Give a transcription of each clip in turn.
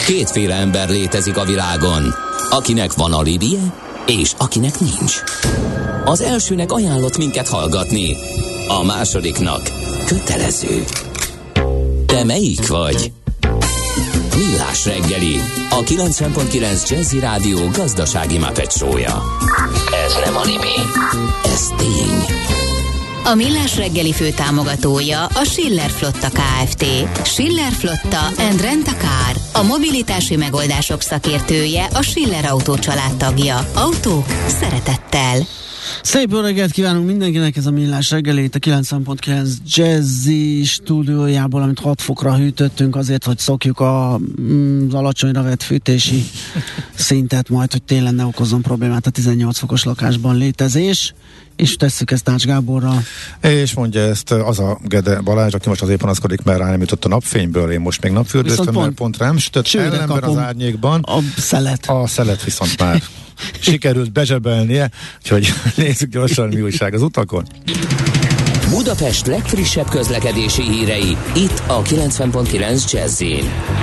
Kétféle ember létezik a világon, akinek van alibije, és akinek nincs. Az elsőnek ajánlott minket hallgatni, a másodiknak kötelező. Te melyik vagy? Millás reggeli, a 90.9 Jazzy Rádió gazdasági Muppet show-ja. Ez nem anime, ez tény. A Millás reggeli főtámogatója a Schiller Flotta Kft. Schiller Flotta and Rent a Car. A mobilitási megoldások szakértője, a Schiller Autó család tagja. Autók szeretettel. Szép jó reggelt kívánunk mindenkinek, ez a Millás reggeli, itt a 90.9 Jazzy stúdiójából, amit 6 fokra hűtöttünk azért, hogy szokjuk az alacsonyra vett fűtési szintet majd, hogy télen ne okozzon problémát a 18 fokos lakásban létezés, és tesszük ezt Ács Gáborral. És mondja ezt az a Gede Balázs, aki most azért panaszkodik, mert rá nem jutott a napfényből, én most még napfürdőztem, mert pont rám sütött ellenben az árnyékban. A szelet viszont már sikerült bezsebelnie, úgyhogy nézzük gyorsan, mi újság az utakon. Budapest legfrissebb közlekedési hírei, itt a 90.9 Jazzyn.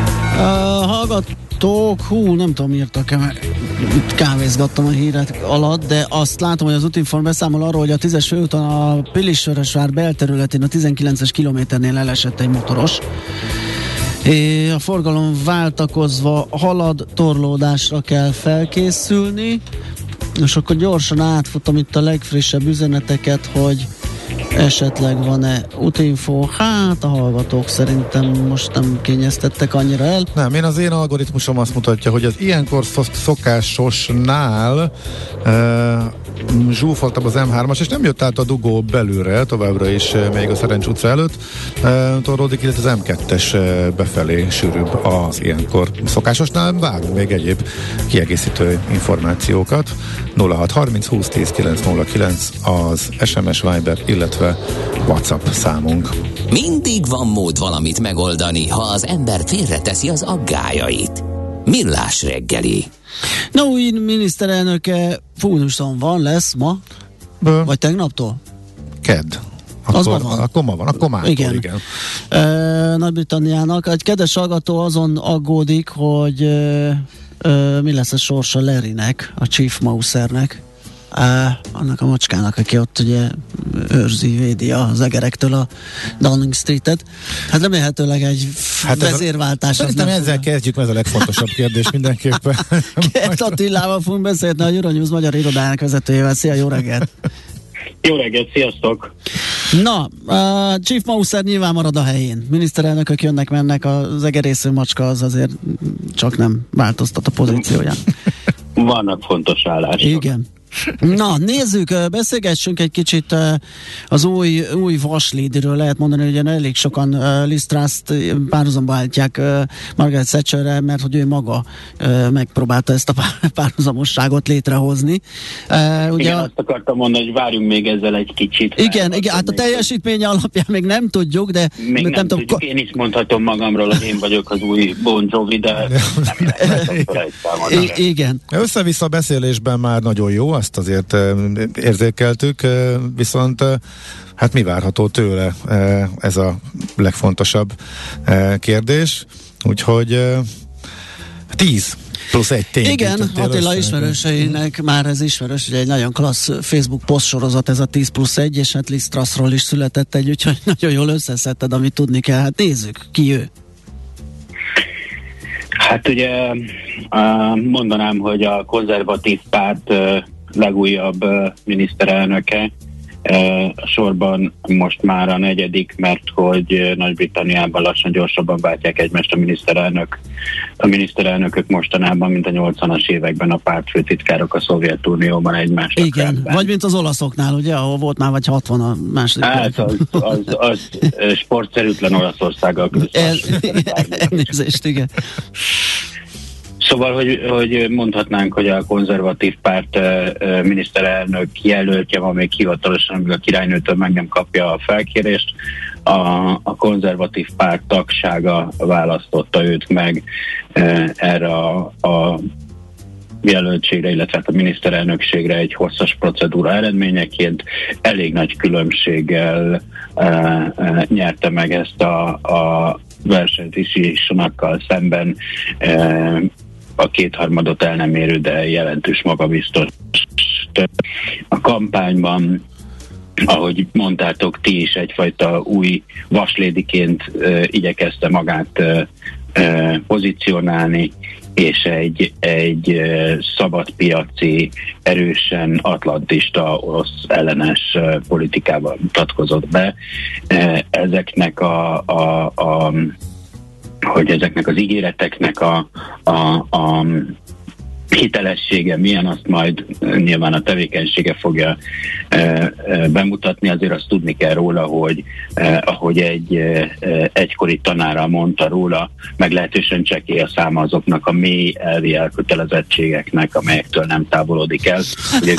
Hallgatók, nem tudom, írtak-e, mert itt kávézgattam a hírek alatt, de azt látom, hogy az Útinform beszámol arról, hogy a 10-es főúton a Pilis-Sörösvár belterületén a 19-es kilométernél elesett egy motoros. A forgalom váltakozva halad, torlódásra kell felkészülni, és akkor gyorsan átfutom itt a legfrissebb üzeneteket, hogy esetleg van-e útinfo. Hát a hallgatók szerintem most nem kényeztettek annyira el. Nem, az én algoritmusom azt mutatja, hogy az ilyenkor szokásosnál zsúfoltabb az M3-as, és nem jött át a dugó belülre, továbbra is még a Szerencs utca előtt torlódik, illetve az M2-es befelé sűrűbb az ilyenkor szokásosnál. Várunk még egyéb kiegészítő információkat. 0630 20 10 909 az SMS, Viber, illetve WhatsApp számunk. Mindig van mód valamit megoldani, ha az ember félreteszi az aggályait. Millás reggeli. Na, új miniszterelnöke lesz ma? Vagy tegnaptól? Kedd. Akkor ma van. Igen. Nagy-Britanniának. Egy kedves hallgató azon aggódik, hogy mi lesz a sorsa Larrynek, a Chief Mousernek. Annak a macskának, aki ott ugye őrzi, védi az egerektől a Downing Street-et. Hát remélhetőleg egy vezérváltás. Szerintem ezzel kezdjük, mert ez a legfontosabb kérdés mindenképpen. Kert Attilával fogunk beszélni, a Euronews magyar irodájának vezetőjével. Szia, jó reggelt! Jó reggelt, sziasztok! Na, Chief Mouser nyilván marad a helyén. Miniszterelnökök jönnek-mennek, az egerésző macska az azért csak nem változtat a pozícióján. Vannak fontos állások. Igen. Na, nézzük, beszélgessünk egy kicsit az új Vaslidiről. Lehet mondani, hogy elég sokan Liz Truss-t párhuzamba állítják Margaret Thatcherre, mert hogy ő maga megpróbálta ezt a párhuzamosságot létrehozni. Igen, azt akartam mondani, hogy várjunk még ezzel egy kicsit. Igen, hát a teljesítménye alapján még nem tudjuk, de... Még nem tudjuk, én is mondhatom magamról, hogy én vagyok az új Bon Jovi, de nem igen. Össze-vissza beszélésben már nagyon jó, azt azért érzékeltük, viszont hát mi várható tőle, ez a legfontosabb kérdés, úgyhogy 10 plusz 1 tény. Igen, Attila ismerőseinek már ez ismerős, hogy egy nagyon klassz Facebook posztsorozat ez a 10 plusz 1, és hát Liz Trussról is született egy, úgyhogy nagyon jól összeszedted, amit tudni kell. Hát nézzük, ki ő? Hát ugye mondanám, hogy a konzervatív párt legújabb miniszterelnöke, sorban most már a 4., mert hogy Nagy-Britanniában lassan gyorsabban váltják egymást a miniszterelnökök mostanában, mint a 80-as években a pártfőtitkárok a Szovjetunióban egymásnak. Igen, rendben. Vagy mint az olaszoknál, ugye, ahol volt már vagy 60 a második. Hát az sportszerűtlen Olaszországgal elnézést, igen. Szóval, hogy mondhatnánk, hogy a konzervatív párt miniszterelnök jelöltje van még hivatalosan, amíg a királynőtől meg nem kapja a felkérést. A konzervatív párt tagsága választotta őt meg erre a jelöltségre, illetve a miniszterelnökségre egy hosszas procedúra eredményeként elég nagy különbséggel nyerte meg ezt a versenyt is Sunakkal szemben, a kétharmadot el nem érő, de jelentős magabiztos. A kampányban, ahogy mondtátok ti is, egyfajta új vaslédiként igyekezte magát pozícionálni, és egy szabadpiaci, erősen atlantista, orosz ellenes politikával mutatkozott be. Ezeknek hogy ezeknek az ígéreteknek a hitelessége milyen, azt majd nyilván a tevékenysége fogja bemutatni. Azért azt tudni kell róla, hogy ahogy egy egykori tanára mondta róla, meglehetősen csekély a száma azoknak a mély elvi elkötelezettségeknek, amelyektől nem távolodik el. Ugye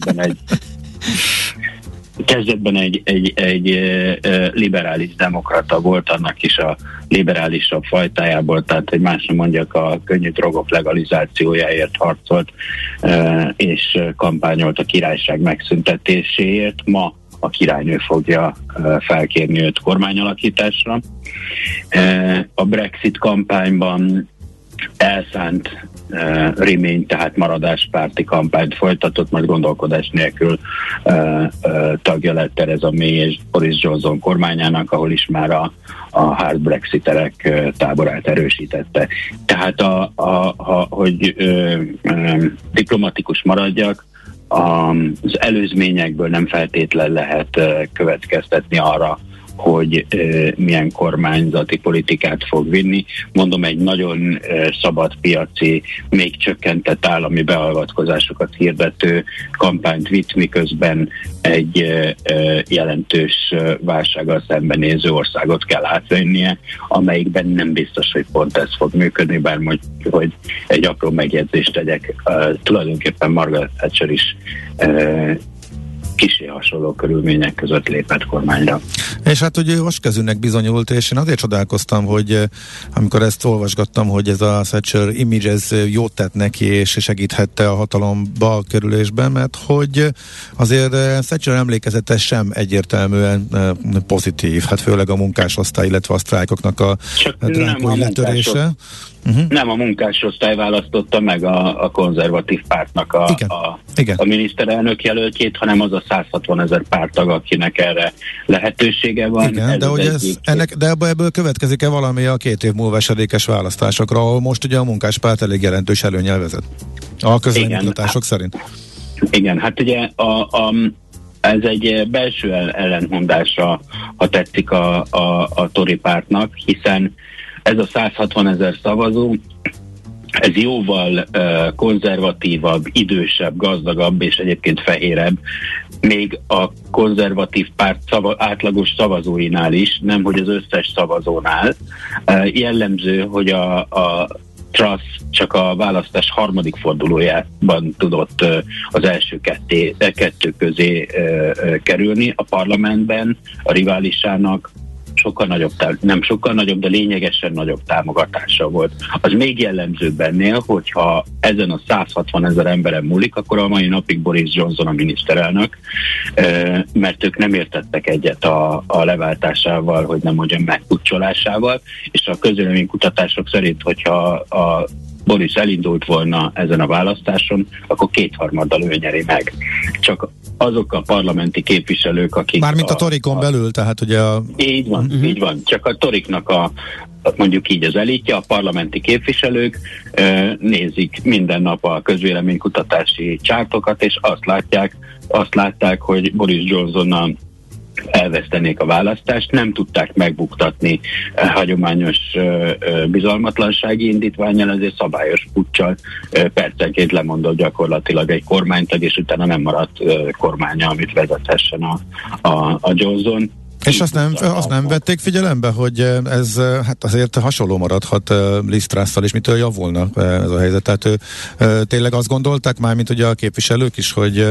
kezdetben egy liberális demokrata volt, annak is a liberálisabb fajtájából, tehát hogy másra mondjak, a könnyű drogok legalizációjáért harcolt, és kampányolt a királyság megszüntetéséért. Ma a királynő fogja felkérni őt kormányalakításra. A Brexit kampányban elszánt Remain, tehát maradáspárti kampányt folytatott, majd gondolkodás nélkül tagja lett Theresa May és Boris Johnson kormányának, ahol is már a hard brexiterek táborát erősítette. Tehát hogy diplomatikus maradjak, az előzményekből nem feltétlen lehet következtetni arra, hogy milyen kormányzati politikát fog vinni. Mondom, egy nagyon szabadpiaci, még csökkentett állami beavatkozásokat hirdető kampányt vitt, miközben egy jelentős válsággal szembenéző országot kell átvennie, amelyikben nem biztos, hogy pont ez fog működni, bár hogy egy apró megjegyzést tegyek. Tulajdonképpen Margaret Thatcher is kissé hasonló körülmények között lépett kormányra. És hát ugye vaskezűnek bizonyult, és én azért csodálkoztam, hogy amikor ezt olvasgattam, hogy ez a Thatcher image ez jót tett neki, és segíthette a hatalomba kerülésben, mert hogy azért Thatcher emlékezete sem egyértelműen pozitív, hát főleg a munkásosztály, illetve a sztrájkoknak a dránkói letörése. Nem a munkásosztály választotta meg a konzervatív pártnak a miniszterelnök jelöltjét, hanem az a 160 000 párttag, akinek erre lehetősége van. Igen, de, hogy de ebből következik-e valami a 2 év múlva esedékes választásokra, ahol most ugye a munkáspárt elég jelentős előnnyel vezet? A közvéleménykutatások szerint. Igen, hát ugye ez egy belső ellentmondása, ha tetszik a Tory pártnak, hiszen ez a 160 000 szavazó, ez jóval konzervatívabb, idősebb, gazdagabb és egyébként fehérebb, még a konzervatív párt átlagos szavazóinál is, nem hogy az összes szavazónál. Jellemző, hogy a Truss csak a választás harmadik fordulójában tudott az első kettő közé kerülni. A parlamentben a riválisának sokkal nagyobb, de lényegesen nagyobb támogatása volt. Az még jellemzőbb ennél, hogyha ezen a 160 000 emberen múlik, akkor a mai napig Boris Johnson a miniszterelnök, mert ők nem értettek egyet a leváltásával, hogy nem mondjam megpucsolásával, és a közvéleménykutatások szerint, hogyha a Boris elindult volna ezen a választáson, akkor 2/3 ő nyeri meg. Csak azok a parlamenti képviselők, akik... Mármint a Torikon belül, tehát ugye a... Így van, így van. Csak a Toriknak mondjuk így az elitje, a parlamenti képviselők nézik minden nap a közvéleménykutatási csártokat, és azt látták, hogy Boris Johnsonnal elvesztenék a választást, nem tudták megbuktatni hagyományos bizalmatlansági indítvánnyal, ezért szabályos puccsal percenként lemondott gyakorlatilag egy kormánytag, és utána nem maradt kormánya, amit vezethessen a Johnson. És azt nem vették figyelembe, hogy ez hát azért hasonló maradhat Liz Trusszal, és mitől javulna ez a helyzet. Tehát tényleg azt gondolták már, mint ugye a képviselők is, hogy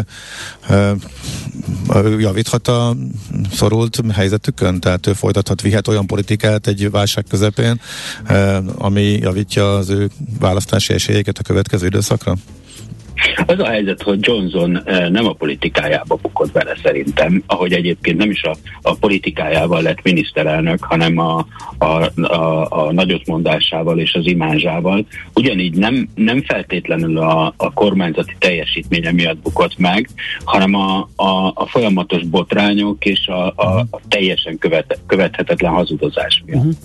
javíthat a szorult helyzetükön, tehát vihet olyan politikát egy válság közepén, ami javítja az ő választási esélyeket a következő időszakra? Az a helyzet, hogy Johnson nem a politikájába bukott bele szerintem, ahogy egyébként nem is a politikájával lett miniszterelnök, hanem a nagyotmondásával és az imázsával. Ugyanígy nem feltétlenül a kormányzati teljesítménye miatt bukott meg, hanem a folyamatos botrányok és a teljesen követhetetlen hazudozás miatt.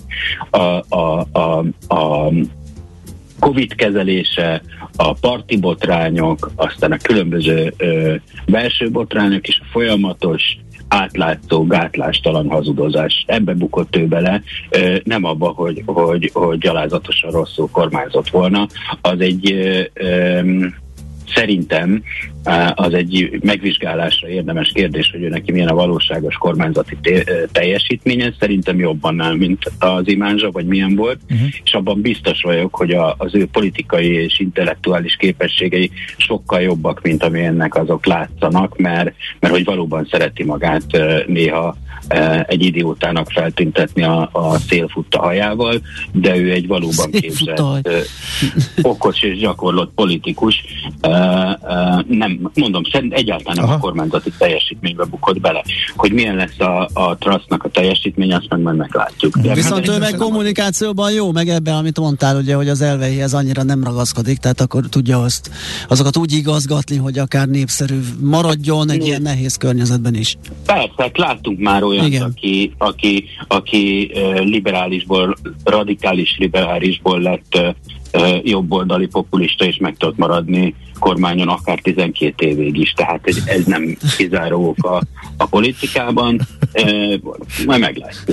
A Covid kezelése, a parti botrányok, aztán a különböző belső botrányok és a folyamatos átlátszó, gátlástalan hazudozás. Ebbe bukott ő bele, nem abba, hogy gyalázatosan rosszul kormányzott volna. Az egy szerintem az egy megvizsgálásra érdemes kérdés, hogy ő neki milyen a valóságos kormányzati teljesítménye. Szerintem jobban áll, mint az imázsa, vagy milyen volt, és abban biztos vagyok, hogy az ő politikai és intellektuális képességei sokkal jobbak, mint amilyennek azok látszanak, mert hogy valóban szereti magát néha egy idiótának feltüntetni a szélfutta hajával, de ő egy valóban képzett, okos és gyakorlott politikus. Nem, mondom, egyáltalán nem a kormányzati teljesítménybe bukott bele. Hogy milyen lesz a Trussnak a teljesítmény, azt meg majd meglátjuk. De viszont ő meg kommunikációban jó, meg ebben, amit mondtál, ugye, hogy az elveihez annyira nem ragaszkodik, tehát akkor tudja azokat úgy igazgatni, hogy akár népszerű maradjon egy ilyen nehéz környezetben is. Persze, láttunk már olyat, aki liberálisból, radikális liberálisból lett jobboldali populista, és meg tudott maradni kormányon akár 12 évig is, tehát ez nem kizáró ok a politikában, majd meglátjuk.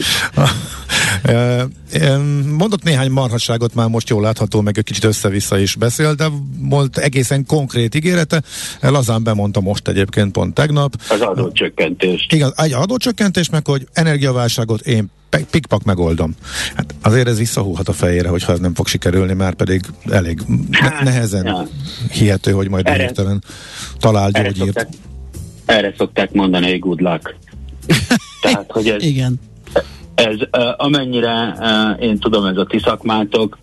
Mondott néhány marhasságot, már most jól látható, meg egy kicsit össze-vissza is beszél, de volt egészen konkrét ígérete, lazán bemondta most egyébként pont tegnap. Az adócsökkentést. Igen, egy adócsökkentés, meg hogy energiaválságot én pikpak megoldom. Hát azért ez visszahúlhat a fejére, hogyha ez nem fog sikerülni, már pedig elég nehezen hihető, hogy majd hirtelen talál gyógyírt. Erre szokták mondani, hogy good luck. Tehát, hogy ez, igen. Ez amennyire én tudom, ez a ti szakmátok,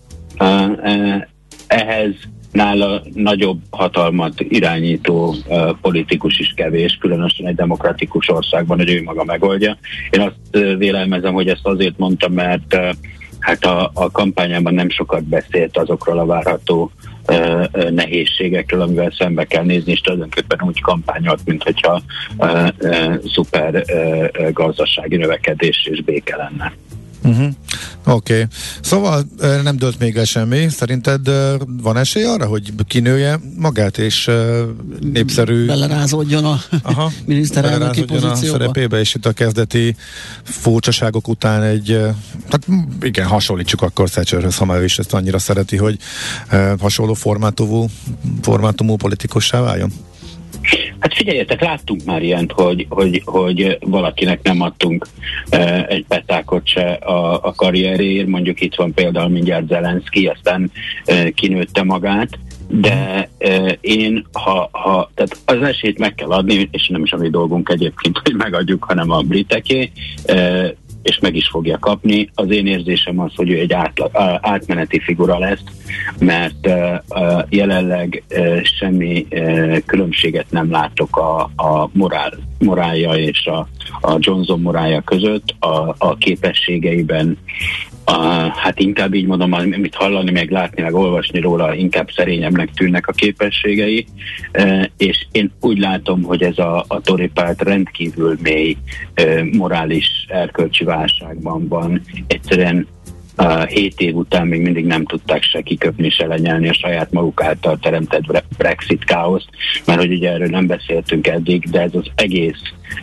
ehhez nála nagyobb hatalmat irányító politikus is kevés, különösen egy demokratikus országban, hogy ő maga megoldja. Én azt vélelmezem, hogy ezt azért mondtam, mert hát a kampányában nem sokat beszélt azokról a várható nehézségekről, amivel szembe kell nézni, és tulajdonképpen úgy kampányolt, mint hogyha szuper gazdasági növekedés és béke lenne. Oké. Szóval nem dőlt még le semmi. Szerinted van esély arra, hogy kinője magát, és népszerű... Belerázódjon a miniszterelnöki pozícióba? A szerepébe, és itt a kezdeti furcsaságok után hát igen, hasonlítsuk akkor Thatcherhöz, ha már ő is ezt annyira szereti, hogy hasonló formátumú politikussá váljon? Hát figyeljetek, láttunk már ilyent, hogy valakinek nem adtunk egy petákot se a karrierért, mondjuk itt van például mindjárt Zelenszky, aztán kinőtte magát, de én, tehát az esélyt meg kell adni, és nem is a mi dolgunk egyébként, hogy megadjuk, hanem a briteké, és meg is fogja kapni. Az én érzésem az, hogy ő egy átmeneti figura lesz, mert jelenleg semmi különbséget nem látok a morálja és a Johnson morálja között, a képességeiben. Hát inkább így mondom, amit hallani, meg látni, meg olvasni róla, inkább szerényebbnek tűnnek a képességei, és én úgy látom, hogy ez a Tory párt rendkívül mély morális erkölcsi válságban van. Egyszerűen 7 év után még mindig nem tudták se kiköpni, se lenyelni a saját maguk által teremtett Brexit káoszt, mert hogy ugye erről nem beszéltünk eddig, de ez az egész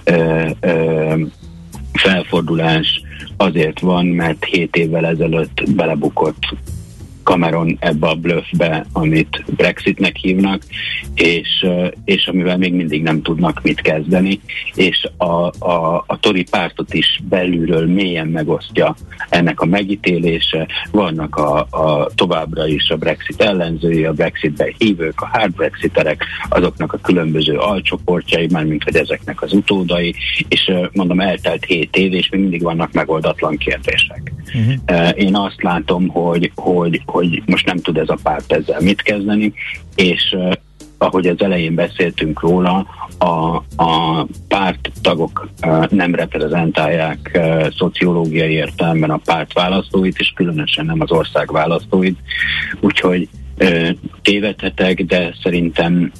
felfordulás azért van, mert 7 évvel ezelőtt belebukott Cameron ebbe a bluffbe, amit Brexitnek hívnak, és amivel még mindig nem tudnak mit kezdeni, és a Tory pártot is belülről mélyen megosztja ennek a megítélése. Vannak a továbbra is a Brexit ellenzői, a Brexitbe hívők, a hard Brexiterek, azoknak a különböző alcsoportjai, mármint hogy ezeknek az utódai, és mondom, eltelt 7 év, és még mindig vannak megoldatlan kérdések. Én azt látom, hogy most nem tud ez a párt ezzel mit kezdeni, és ahogy az elején beszéltünk róla, a párttagok nem reprezentálják szociológiai értelemben a párt választóit, és különösen nem az ország választóit. Úgyhogy tévedhetek, de szerintem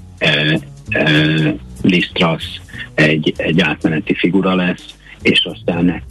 Liz Truss egy átmeneti figura lesz, és aztán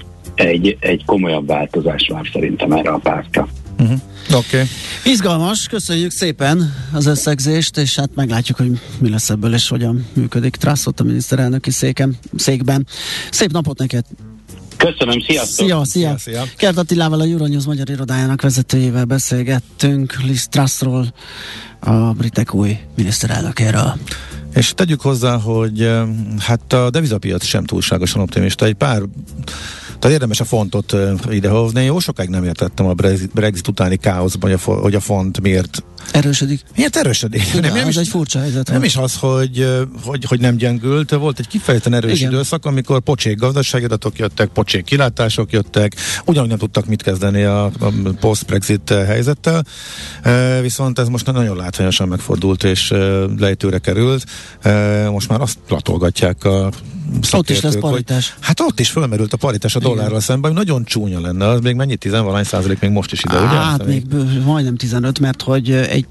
egy komolyabb változás vár szerintem erre a pártra. Okay. Izgalmas, köszönjük szépen az összegzést, és hát meglátjuk, hogy mi lesz ebből, és hogyan működik Truss ott a miniszterelnöki székben. Szép napot neked! Köszönöm, sziasztok! Szia! Kert Attilával, a Euronews magyar irodájának vezetőjével beszélgettünk Liz Trussról, a britek új miniszterelnökéről. És tegyük hozzá, hogy hát a devizapiac sem túlságosan optimista. Tehát érdemes a fontot idehozni. Jó sokáig nem értettem a Brexit utáni káoszban, hogy a font miért erősödik. Miért erősödik? Nem is egy furcsa helyzet. Nem is az, hogy nem gyengült. Volt egy kifejezetten erős időszak, amikor pocsék gazdasági adatok jöttek, pocsék kilátások jöttek, ugyanúgy nem tudtak mit kezdeni a post-Brexit helyzettel, viszont ez most nagyon látványosan megfordult, és lejtőre került. Most már azt latolgatják a szakértők, ott is lesz paritás. Hát ott is fölmerült a paritás a dollárral szemben, hogy nagyon csúnya lenne. Az még mennyi? 10% még most is ide, ugye? Hát még majdnem 15, mert hogy egy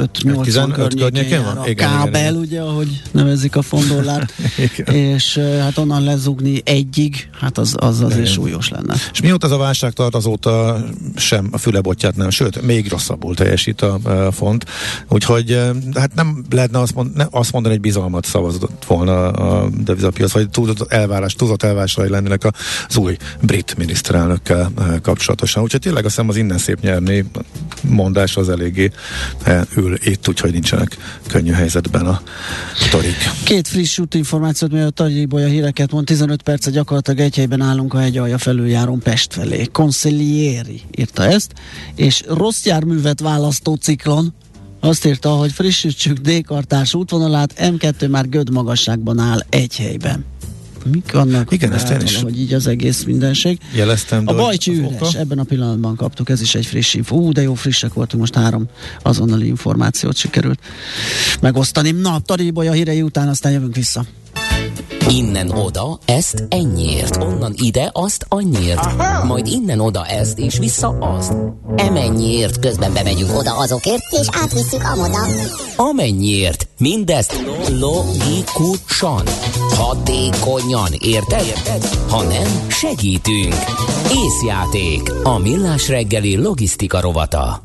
15-80 környékén van. A kábel, ugye, ahogy nevezik a fondollárt, és hát onnan lezugni egyig, hát az azért súlyos lenne. És mióta ez a válság tart, azóta sem a fülebotját nem, sőt, még rosszabbul teljesít a font. Úgyhogy hát nem lehetne azt mondani, hogy bizalmat szavazott volna a devizapiac, vagy túlzott elvárásai lennének az új brit miniszterelnökkel kapcsolatosan. Úgyhogy tényleg azt hiszem az innen szép nyerni mondás az eléggé ül itt, úgyhogy nincsenek könnyű helyzetben a torik. Két friss útinformációt, mielőtt Tagyibolya híreket mond, 15 perce gyakorlatilag egy helyben állunk a hegyalja felüljárón Pest felé. Consiglieri írta ezt, és rossz járművet választó ciklon azt írta, hogy frissítsük D-kartárs útvonalát, M2 már Göd magasságban áll egy helyben. Mik vannak? Igen, ezt én is. Hogy így az egész mindenség. Jeleztem, a Bajcsi üres, ebben a pillanatban kaptuk, ez is egy friss info. De jó frissek voltunk, most 3 azonnali információt sikerült megosztani. Na, Taribolya hírei után aztán jövünk vissza. Innen oda, ezt ennyiért, onnan ide, azt annyiért, majd innen oda ezt, és vissza azt. Emennyiért, közben bemegyünk oda azokért, és átvisszük amoda. Amennyiért, mindezt logikusan, hatékonyan, érted? Ha nem, segítünk. Észjáték, a Millás reggeli logisztika rovata.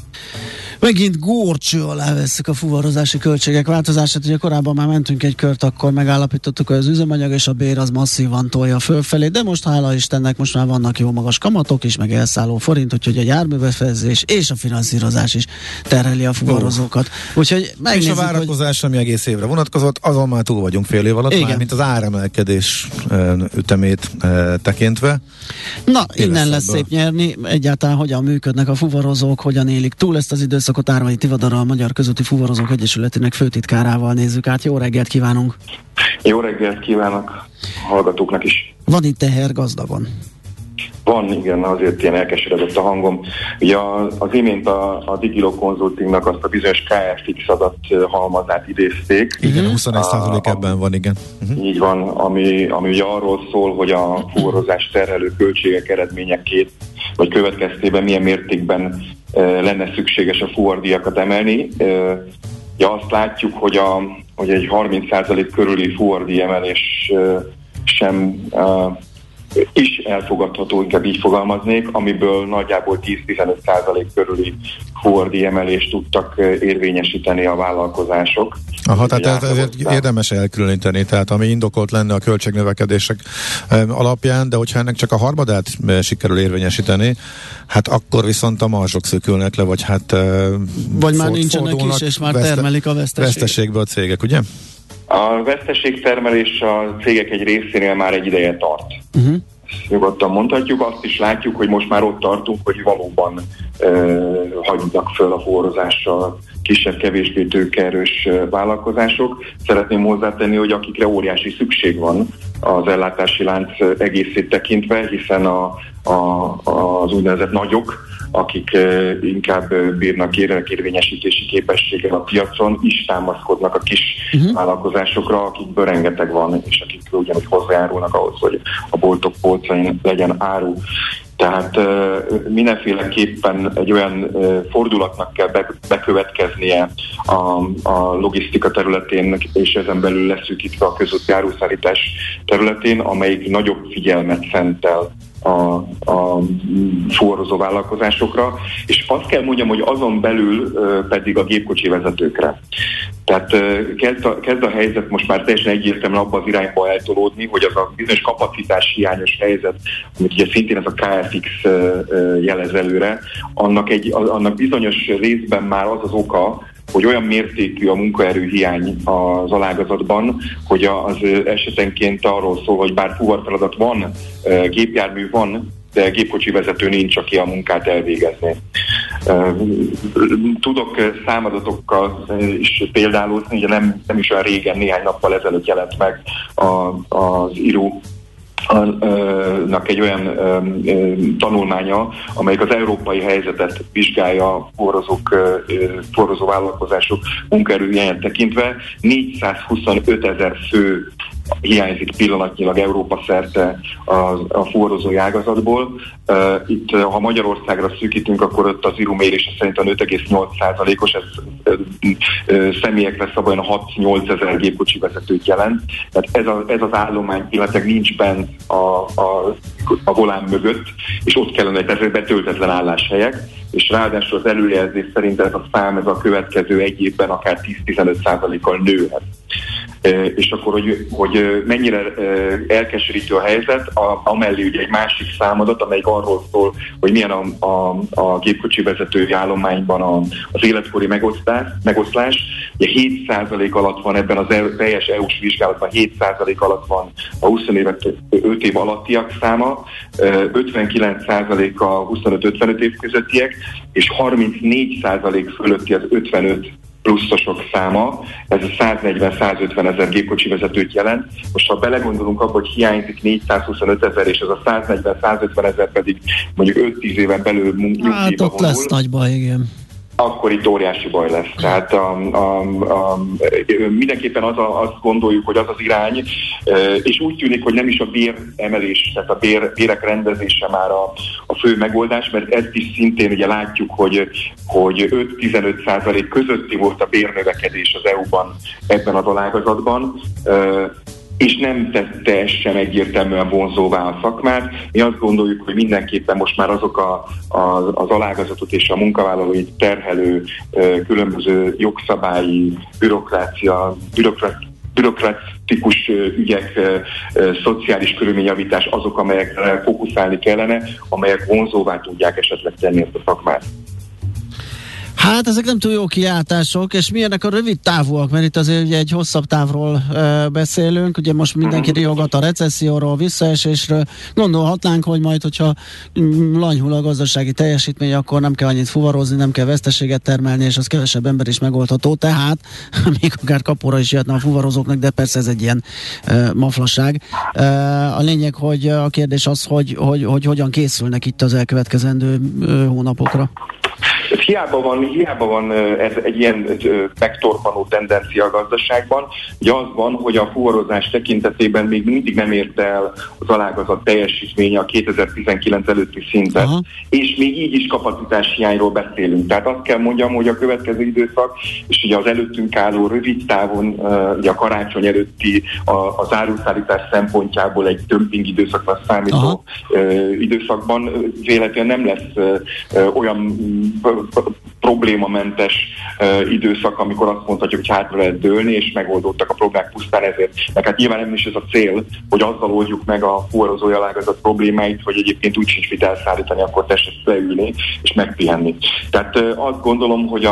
Megint górcső alá vesszük a fuvarozási költségek változását. Ugye korábban már mentünk egy kört, akkor megállapítottuk, hogy az üzemanyag és a bér az masszívan tolja fölfelé, de most hála Istennek most már vannak jó magas kamatok is, meg elszálló forint, úgyhogy a járműbefejezés és a finanszírozás is terheli a fuvarozókat. Úgyhogy megnézzük, és a várakozás, ami egész évre vonatkozott, azon már túl vagyunk fél év alatt, már mint az áremelkedés ütemét tekintve. Na, innen lesz szép nyerni. Egyáltalán hogyan működnek a fuvarozók, hogyan élik túl ezt az időszakot. Árvai Tivadarral, a Magyar Közúti Fuvarozók Egyesületének főtitkárával nézzük át. Jó reggelt kívánunk! Jó reggelt kívánok a hallgatóknak is! Van itt teher gazdagon? Van, igen, azért ilyen elkeseredett a hangom. Ugye az imént a Digilo Consultingnak azt a bizonyos KFX adat halmazát idézték. Igen, 21% ebben van, igen. Így van, ami ugye arról szól, hogy a fuvarozás terhelő költségek eredményeként, vagy következtében milyen mértékben lenne szükséges a fuvardiakat emelni. Ja, azt látjuk, hogy egy 30% körüli fuvardi emelés sem is elfogadható, inkább így fogalmaznék, amiből nagyjából 10-15% körüli fuvardi emelést tudtak érvényesíteni a vállalkozások. Aha, tehát ezért érdemes elkülöníteni, tehát ami indokolt lenne a költségnövekedések alapján, de hogyha ennek csak a harmadát sikerül érvényesíteni, hát akkor viszont a marzsok szökülnek le, vagy hát vagy már nincsenek is, és már termelik a veszteségbe a cégek, ugye? A veszteségtermelés a cégek egy részénél már egy ideje tart. Nyugodtan mondhatjuk, azt is látjuk, hogy most már ott tartunk, hogy valóban hagynak föl a fuvarozással kisebb, kevésbé tőkeerős vállalkozások. Szeretném hozzátenni, hogy akikre óriási szükség van az ellátási lánc egészét tekintve, hiszen az úgynevezett nagyok, akik inkább bírnak érvényesítési képességgel a piacon, is támaszkodnak a kis vállalkozásokra, akikből rengeteg van, és akik ugyanúgy hozzájárulnak ahhoz, hogy a boltok polcain legyen áru. Tehát mindenféleképpen egy olyan fordulatnak kell bekövetkeznie a logisztika területén, és ezen belül leszűkítve a közúti áruszállítás területén, amelyik nagyobb figyelmet szentel a fuvarozó vállalkozásokra, és azt kell mondjam, hogy azon belül pedig a gépkocsi vezetőkre. Tehát kezd a helyzet most már teljesen egyértelműen abba az irányba eltolódni, hogy az a bizonyos kapacitás hiányos helyzet, amit ugye szintén ez a KFX jelez előre, annak bizonyos részben már az oka, hogy olyan mértékű a munkaerőhiány az alágazatban, hogy az esetenként arról szól, hogy bár fuvarfeladat van, gépjármű van, de gépkocsi vezető nincs, aki a munkát elvégezné. Tudok számadatokkal is példálozni, ugye nem is olyan régen, néhány nappal ezelőtt jelent meg az IRU egy olyan tanulmánya, amelyik az európai helyzetet vizsgálja a fuvarozó vállalkozások munkaerőhiányát tekintve. 425 000 fő hiányzik pillanatnyilag Európa szerte a fuvarozói ágazatból. Itt, ha Magyarországra szűkítünk, akkor ott az IRU mérése szerint a 5,8%-os, ez személyekre szabolyan 6-8 ezer gépkocsi vezetőt jelent. Tehát ez az állomány pillanatilag nincs bent a volán mögött, és ott kellene, ezek betöltetlen álláshelyek, és ráadásul az előjelzés szerint ez a szám, ez a következő egy évben akár 10-15%-kal nőhet. És akkor, hogy mennyire elkeserítő a helyzet, amellé ugye egy másik számadat, amelyik arról szól, hogy milyen a gépkocsi vezetői állományban az életkori megoszlás. Ugye 7% alatt van ebben az teljes EU-s vizsgálatban, 7% alatt van a 5 év alattiak száma, 59% a 25-55 év közöttiek, és 34% fölötti az 55 pluszosok száma, ez a 140-150 ezer gépkocsi vezetőt jelent. Most ha belegondolunk abba, hogy hiányzik 425 ezer, és ez a 140-150 ezer pedig mondjuk 5-10 éven belül nyugdíjba hát ott vonul, lesz nagy baj, igen. Akkor itt óriási baj lesz. Tehát mindenképpen azt gondoljuk, hogy az az irány, és úgy tűnik, hogy nem is a béremelés, tehát a bérek rendezése már a fő megoldás, mert ezt is szintén ugye látjuk, hogy 5-15% közötti volt a bérnövekedés az EU-ban ebben az alágazatban, és nem tette ez sem egyértelműen vonzóvá a szakmát. Mi azt gondoljuk, hogy mindenképpen most már azok az alágazatot és a munkavállalói terhelő különböző jogszabályi, bürokratikus ügyek, szociális körülményjavítás azok, amelyekre fókuszálni kellene, amelyek vonzóvá tudják esetleg tenni ezt a szakmát. Hát ezek nem túl jó kiáltások, és milyenek a rövid távúak, mert itt azért ugye egy hosszabb távról beszélünk, ugye most mindenki riogat a recesszióról, visszaesésről, gondolhatnánk, hogy majd, hogyha lanyhul a gazdasági teljesítmény, akkor nem kell annyit fuvarozni, nem kell veszteséget termelni, és az kevesebb ember is megoldható, tehát még akár kapóra is jöhetne a fuvarozóknak, de persze ez egy ilyen maflasság. A lényeg, hogy a kérdés az, hogy hogyan készülnek itt az elkövetkezendő hónapokra. Hiába van ez egy ilyen megtorpanó tendencia a gazdaságban, ugye az van, hogy a fuvarozás tekintetében még mindig nem érte el az alágazat teljesítménye a 2019 előtti szintet, aha, és még így is kapacitáshiányról beszélünk. Tehát azt kell mondjam, hogy a következő időszak, és ugye az előttünk álló rövid távon, ugye a karácsony előtti az áruszállítás szempontjából egy dömping időszakban számító időszakban véletlenül nem lesz olyan problémamentes időszak, amikor azt mondhatjuk, hogy hátra lehet dőlni, és megoldódtak a problémák pusztán ezért. Mert hát nyilván nem is ez a cél, hogy azzal oldjuk meg a fuvarozói alágazat problémáit, hogy egyébként úgy sincs mit elszállítani, akkor tessék leülni és megpihenni. Tehát azt gondolom, hogy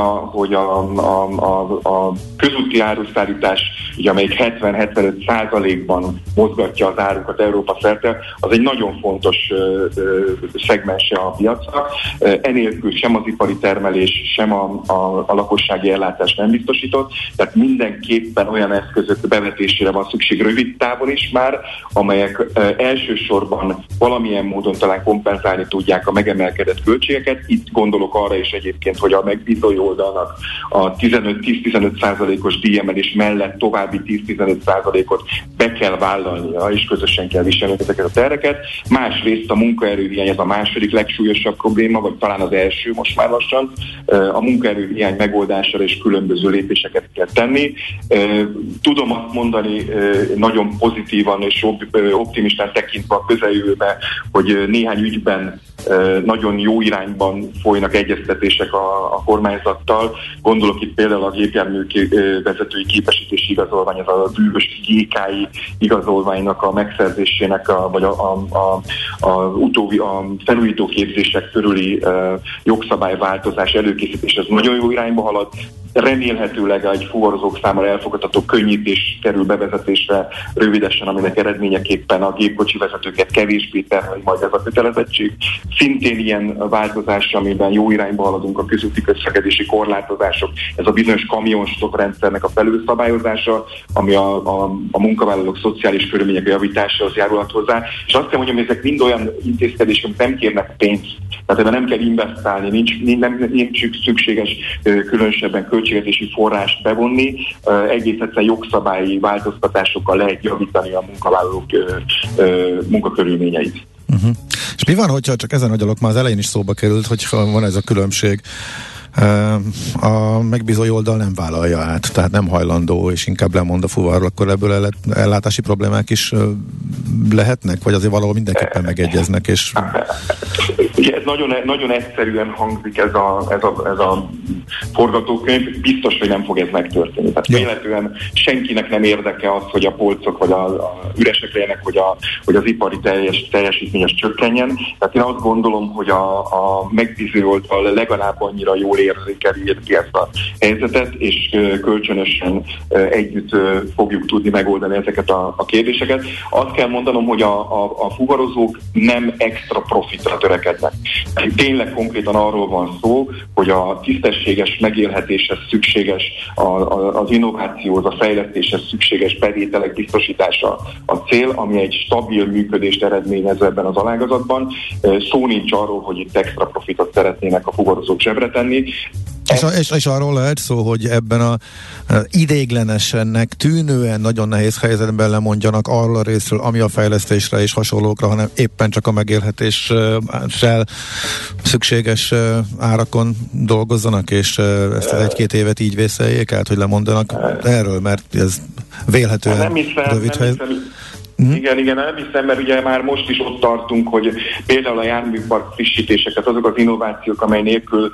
a közúti áruszállítás, ugye, amelyik 70-75%-ban mozgatja az árukat Európa szerte, az egy nagyon fontos szegmense a piacnak. Enélkül sem az ipari termelés, sem a lakossági ellátás nem biztosított, tehát mindenképpen olyan eszközök bevetésére van szükség rövid távon is már, amelyek elsősorban valamilyen módon talán kompenzálni tudják a megemelkedett költségeket. Itt gondolok arra is egyébként, hogy a megbízói oldalnak a 10-15%-os díjemelés mellett további 10-15%-ot be kell vállalnia, és közösen kell viselni ezeket a terheket. Másrészt a munkaerőhiány, ez a második legsúlyosabb probléma, vagy talán az első most már lassan. A munkaerőhiány megoldására is különböző lépéseket kell tenni. Tudom azt mondani nagyon pozitívan és optimistán tekintve a közeljövőbe, hogy néhány ügyben nagyon jó irányban folynak egyeztetések a kormányzattal. Gondolok itt például a gépjármű vezetői képesítési igazolvány, ez a bűvös GKI igazolványnak a megszerzésének, vagy a felújító képzések körüli jogszabályváltozás előkészítés, ez nagyon jó irányba halad. Remélhetőleg egy fuvarozók számára elfogadható könnyítés kerül bevezetésre rövidesen, aminek eredményeképpen a gépkocsi vezetőket kevésbé terheli majd ez a kötelezettség. Szintén ilyen változás, amiben jó irányba haladunk, a közúti közlekedési korlátozások, ez a bizonyos kamionstop rendszernek a felülszabályozása, ami a munkavállalók szociális körülmények javításához járulhat hozzá. És azt kell mondjam, hogy ezek mind olyan intézkedések, amik nem kérnek pénzt. Tehát ebben nem kell investálni, nincs szükséges különösebben költségvetési forrást bevonni, egész egyszerűen jogszabályi változtatásokkal lehet javítani a munkavállalók munkakörülményeit. Uh-huh. És mi van, hogyha csak ezen agyalok, már az elején is szóba került, hogy van ez a különbség, a megbízói oldal nem vállalja át, tehát nem hajlandó, és inkább lemond a fuvarról, akkor ebből ellátási problémák is lehetnek, vagy azért valahol mindenképpen megegyeznek, és... Ez nagyon egyszerűen hangzik ez a forgatókönyv, biztos, hogy nem fog ez megtörténni. Tehát véletlenül senkinek nem érdeke az, hogy a polcok vagy üresek legyenek, hogy az ipari teljesítményes csökkenjen. Tehát én azt gondolom, hogy a megbízói oldal legalább annyira jól érzékeli ki ezt a helyzetet, és kölcsönösen együtt fogjuk tudni megoldani ezeket a kérdéseket. Azt kell mondanom, hogy a fuvarozók nem extra profitra törekednek. Tényleg konkrétan arról van szó, hogy a tisztességes megélhetéshez szükséges, az innovációhoz, a fejlesztéshez szükséges bevételek biztosítása a cél, ami egy stabil működést eredményez ebben az alágazatban. Szó nincs arról, hogy itt extra profitot szeretnének a fuvarozók zsebre tenni. És arról lehet szó, hogy ebben a ideiglenesennek tűnően nagyon nehéz helyzetben lemondjanak arról a részről, ami a fejlesztésre és hasonlókra, hanem éppen csak a megélhetéssel szükséges árakon dolgozzanak, és ezt az egy-két évet így vészeljék át, hogy lemondanak erről, mert ez vélhetően rövid helyzet. Igen, nem hiszem, mert ugye már most is ott tartunk, hogy például a járműpark frissítéseket, azok az innovációk, amely nélkül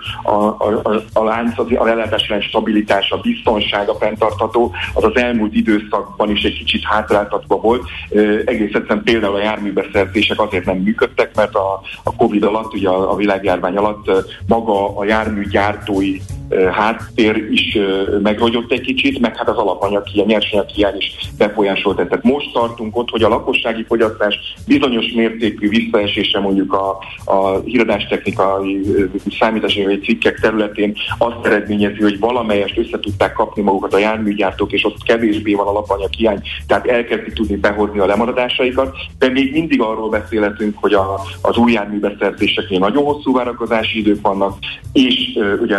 a lánc, az ellátási lánc stabilitása, biztonsága fenntartható, az elmúlt időszakban is egy kicsit hátráltatva volt. Egész egyszerűen például a járműbeszerzések azért nem működtek, mert a Covid alatt, ugye a világjárvány alatt maga a járműgyártói háttér is megrogyott egy kicsit, meg hát az alapanyag hiány, nyersanyag hiány is befolyásolt. Tehát most tartunk ott, hogy a lakossági fogyasztás bizonyos mértékű visszaesése mondjuk a híradástechnikai számítási cikkek területén azt eredményezi, hogy valamelyest össze tudták kapni magukat a járműgyártók, és ott kevésbé van alapanyag hiány, tehát elkezdik tudni behozni a lemaradásaikat, de még mindig arról beszélhetünk, hogy az új járműbeszerzéseknél nagyon hosszú várakozási idők vannak, és ugye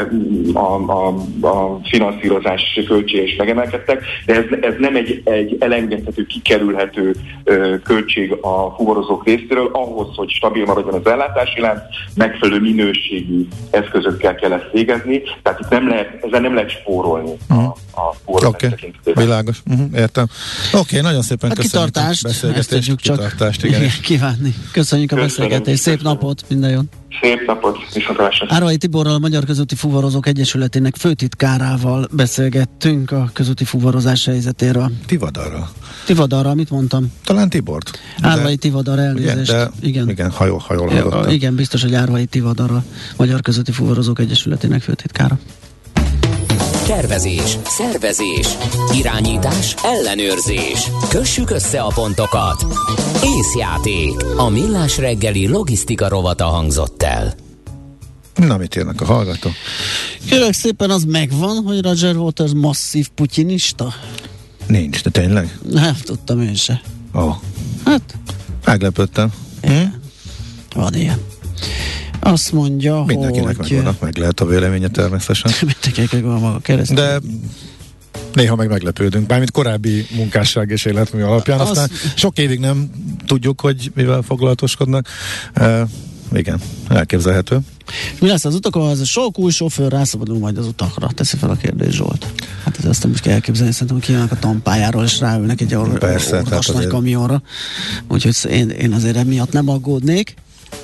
a finanszírozás költségei is megemelkedtek, de ez nem egy elengedhető, kikerülhető költség a fuvarozók részéről, ahhoz, hogy stabil maradjon az ellátási lánc, megfelelő minőségű eszközökkel kell ezt végezni, tehát itt ezzel nem lehet spórolni a fuvarozás tekintetében. Világos, értem. Oké, nagyon szépen köszönjük kitartást, a beszélgetést. Kitartást, igen. Kívánni. Köszönjük a beszélgetést, szép napot, minden jót. Szép napot, viszontlátásra. Árvai Tiborral, a Magyar Közúti Fuvarozók Egyesületének főtitkárával beszélgettünk a közúti fuvarozás helyzetéről. Tivadarra, mit mondtam? Talán Tibort. Árvai Tivadar, elnézést. Igen, ha jól hallottam. Igen, biztos, hogy Árvai Tivadar, a Magyar Közúti Fuvarozók Egyesületének főtitkára. Tervezés, szervezés, irányítás, ellenőrzés. Kössük össze a pontokat. Észjáték. A Millás reggeli logisztika rovata hangzott el. Na, mit írnak a hallgatók? Kérlek szépen, az megvan, hogy Roger Waters masszív putyinista? Nincs, de tényleg? Nem tudtam én se. Hát, meglepődtem. van ilyen. Azt mondja, mindenkinek hogy... megvannak, meg lehet a véleménye természetesen. Mindenkinek van maga keresztül. De néha meg meglepődünk, bármint korábbi munkásság és életmű alapján. Aztán sok évig nem tudjuk, hogy mivel foglalatoskodnak. Igen, elképzelhető. Mi lesz az utakon, az a sok új sofőr rászabadul majd az utakra? Teszi fel a kérdés, Zsolt. Hát ez azt nem is kell elképzelni, szerintem, hogy kijönnek a tampájáról, és ráülnek egy ordas nagy kamionra. Úgyhogy én azért emiatt nem aggódnék.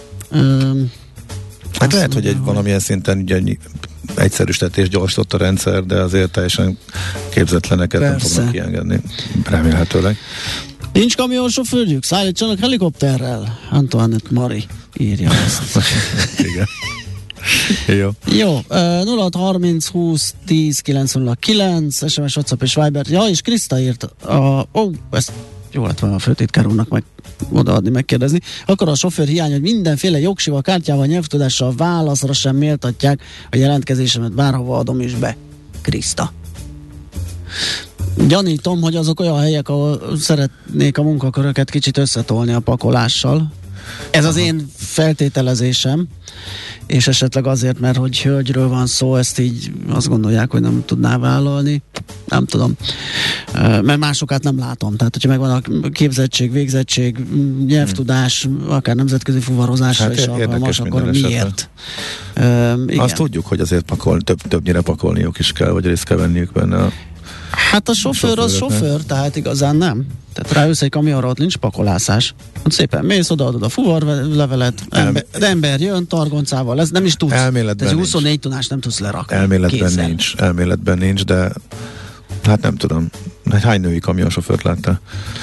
Hát lehet, hogy valamilyen szinten ugye egyszerűsítés gyorsított a rendszer, de azért teljesen képzetleneket nem fognak kiengedni. Remélhetőleg. Nincs kamionsofőrjük? Szállítsanak helikopterrel? Antoinette Mari írja ezt. Igen. Jó. Jó, 0630 20 10 909, SMS, WhatsApp és Viber. Ja, és Kriszta írt, ezt jó lett volna a főtitkár úrnak meg odaadni, megkérdezni. Akkor a sofőr hiány, hogy mindenféle jogsival, kártyával, nyelvtudással, válaszra sem méltatják a jelentkezésemet, bárhova adom is be. Kriszta. Gyanítom, hogy azok olyan helyek, ahol szeretnék a munkaköröket kicsit összetolni a pakolással. Ez az én feltételezésem, és esetleg azért, mert hogy hölgyről van szó, ezt így azt gondolják, hogy nem tudná vállalni. Nem tudom. Mert másokat nem látom. Tehát, hogyha megvan a képzettség, végzettség, nyelvtudás, akár nemzetközi fuvarozásra hát is alkalmas, akkor miért? Igen. Azt tudjuk, hogy azért többnyire pakolniuk is kell, vagy részt kell venniük benne. Hát a sofőr az sofőr, tehát igazán nem. Tehát rájössz egy kamionra, ott nincs pakolászás. Ott szépen mész, odaadod a fuvarlevelet, ember jön targoncával, ez nem is tudsz. Elméletben 24 tonás nem tudsz lerakni. Elméletben nincs, de hát nem tudom. Hány női kamionsofőrt láttál?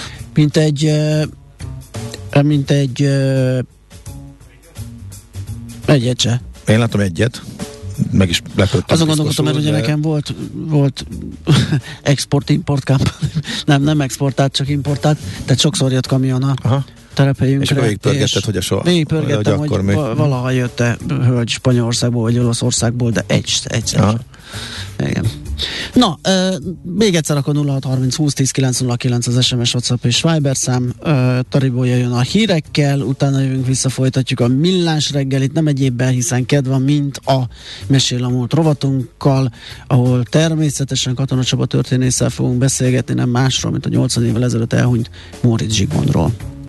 Egyet se. Én látom egyet. Meg is lepődtem. Azon gondolkodtam, mert ugye nekem volt export-import kampány. Nem exportált, csak importált, tehát sokszor jött kamion a telephelyünkre. És végigpörgetted, hogy végigpörgettem, hogy valaha jött-e hölgy Spanyolországból, vagy Olaszországból, de egyszer. Igen. Na, még egyszer akkor 0630 20 10 909 az SMS, WhatsApp és Viber szám. Tariból jön a hírekkel, utána jövünk vissza, folytatjuk a Millás reggelit, nem egyébben, hiszen kedv van, mint a Mesél a múlt rovatunkkal, ahol természetesen Katona Csaba történésszel fogunk beszélgetni, nem másról, mint a 80 évvel ezelőtt elhunyt Móricz Zsigmondról.